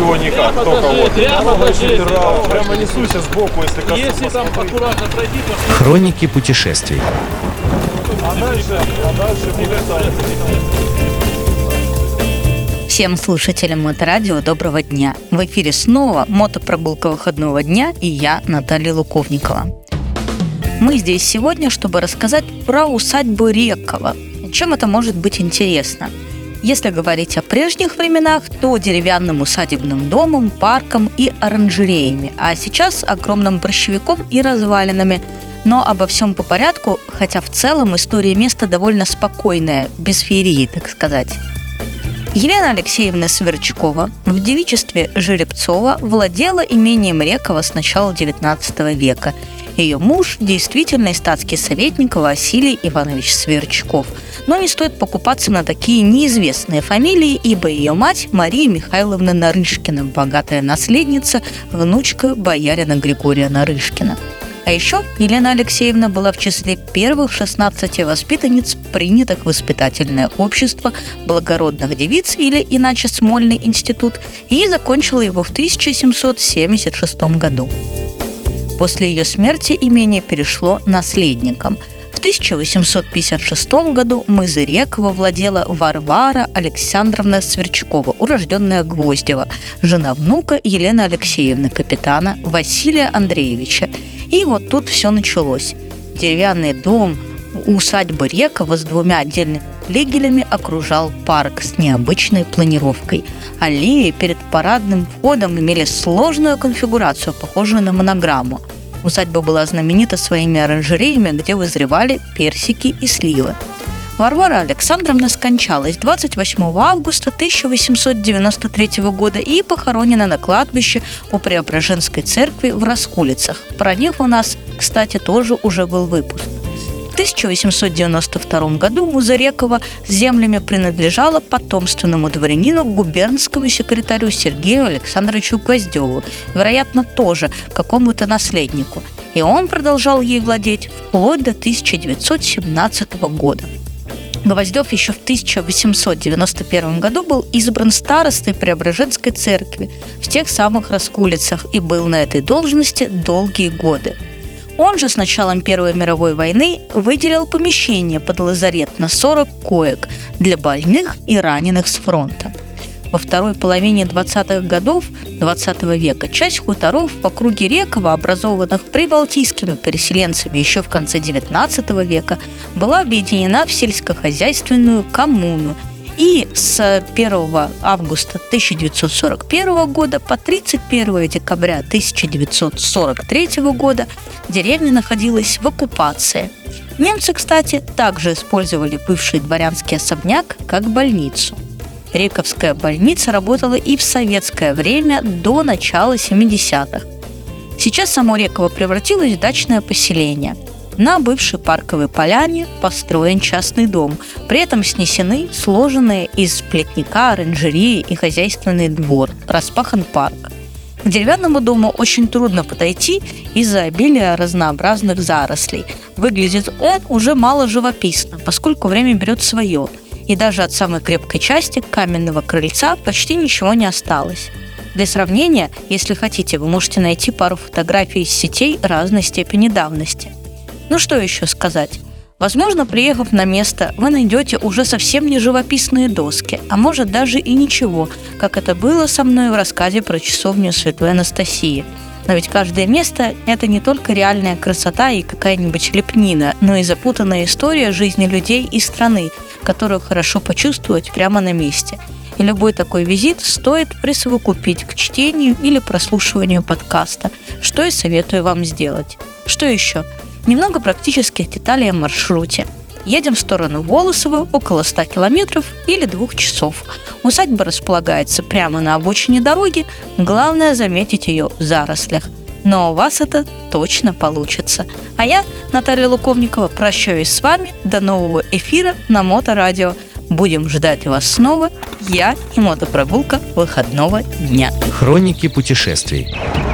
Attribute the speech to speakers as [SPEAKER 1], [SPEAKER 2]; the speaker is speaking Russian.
[SPEAKER 1] его никак, только вот. Прямо несусь сбоку, если коснусь.
[SPEAKER 2] Если там аккуратно пройти, то...
[SPEAKER 3] Хроники путешествий.
[SPEAKER 1] А дальше
[SPEAKER 4] Всем слушателям Моторадио доброго дня. В эфире снова мотопрогулка выходного дня и я, Наталья Луковникова. Мы здесь сегодня, чтобы рассказать про усадьбу Реково. Чем это может быть интересно? Если говорить о прежних временах, то деревянным усадебным домом, парком и оранжереями, а сейчас огромным борщевиком и развалинами. Но обо всем по порядку, хотя в целом история места довольно спокойная, без феерии, так сказать. Елена Алексеевна Сверчкова в девичестве Жеребцова владела имением Реково с начала XIX века. Ее муж – действительный статский советник Василий Иванович Сверчков. Но не стоит покупаться на такие неизвестные фамилии, ибо ее мать – Мария Михайловна Нарышкина, богатая наследница, внучка боярина Григория Нарышкина. А еще Елена Алексеевна была в числе первых 16 воспитанниц, принятых в воспитательное общество благородных девиц, или иначе Смольный институт, и закончила его в 1776 году. После ее смерти имение перешло наследникам. В 1856 году мызы Реково владела Варвара Александровна Сверчкова, урожденная Гвоздева, жена внука Елены Алексеевны, капитана Василия Андреевича. И вот тут все началось. Деревянный дом усадьбы Реково с двумя отдельными флигелями окружал парк с необычной планировкой. Аллеи перед парадным входом имели сложную конфигурацию, похожую на монограмму. Усадьба была знаменита своими оранжереями, где вызревали персики и сливы. Варвара Александровна скончалась 28 августа 1893 года и похоронена на кладбище у Преображенской церкви в Раскулицах. Про них у нас, кстати, тоже уже был выпуск. В 1892 году муза Реково с землями принадлежала потомственному дворянину, губернскому секретарю Сергею Александровичу Гвоздеву, вероятно, тоже какому-то наследнику. И он продолжал ей владеть вплоть до 1917 года. Гвоздев еще в 1891 году был избран старостой Преображенской церкви в тех самых Раскулицах и был на этой должности долгие годы. Он же с началом Первой мировой войны выделил помещение под лазарет на 40 коек для больных и раненых с фронта. Во второй половине 20-х годов XX века часть хуторов в округе Реково, образованных прибалтийскими переселенцами еще в конце XIX века, была объединена в сельскохозяйственную коммуну. И с 1 августа 1941 года по 31 декабря 1943 года деревня находилась в оккупации. Немцы, кстати, также использовали бывший дворянский особняк как больницу. Рековская больница работала и в советское время до начала 70-х. Сейчас само Реково превратилось в дачное поселение. На бывшей парковой поляне построен частный дом. При этом снесены сложенные из плетника оранжереи и хозяйственный двор. Распахан парк. К деревянному дому очень трудно подойти из-за обилия разнообразных зарослей. Выглядит он уже мало живописно, поскольку время берет свое. И даже от самой крепкой части каменного крыльца почти ничего не осталось. Для сравнения, если хотите, вы можете найти пару фотографий из сетей разной степени давности. Ну что еще сказать? Возможно, приехав на место, вы найдете уже совсем не живописные доски, а может даже и ничего, как это было со мной в рассказе про часовню Святой Анастасии. Но ведь каждое место – это не только реальная красота и какая-нибудь лепнина, но и запутанная история жизни людей и страны, которую хорошо почувствовать прямо на месте. И любой такой визит стоит присовокупить к чтению или прослушиванию подкаста, что и советую вам сделать. Что еще? Немного практических деталей о маршруте. Едем в сторону Волосово около 100 километров или 2 часов. Усадьба располагается прямо на обочине дороги, главное заметить ее в зарослях. Но у вас это точно получится. А я, Наталья Луковникова, прощаюсь с вами. До нового эфира на Моторадио. Будем ждать вас снова. Я и мотопрогулка выходного дня.
[SPEAKER 3] Хроники путешествий.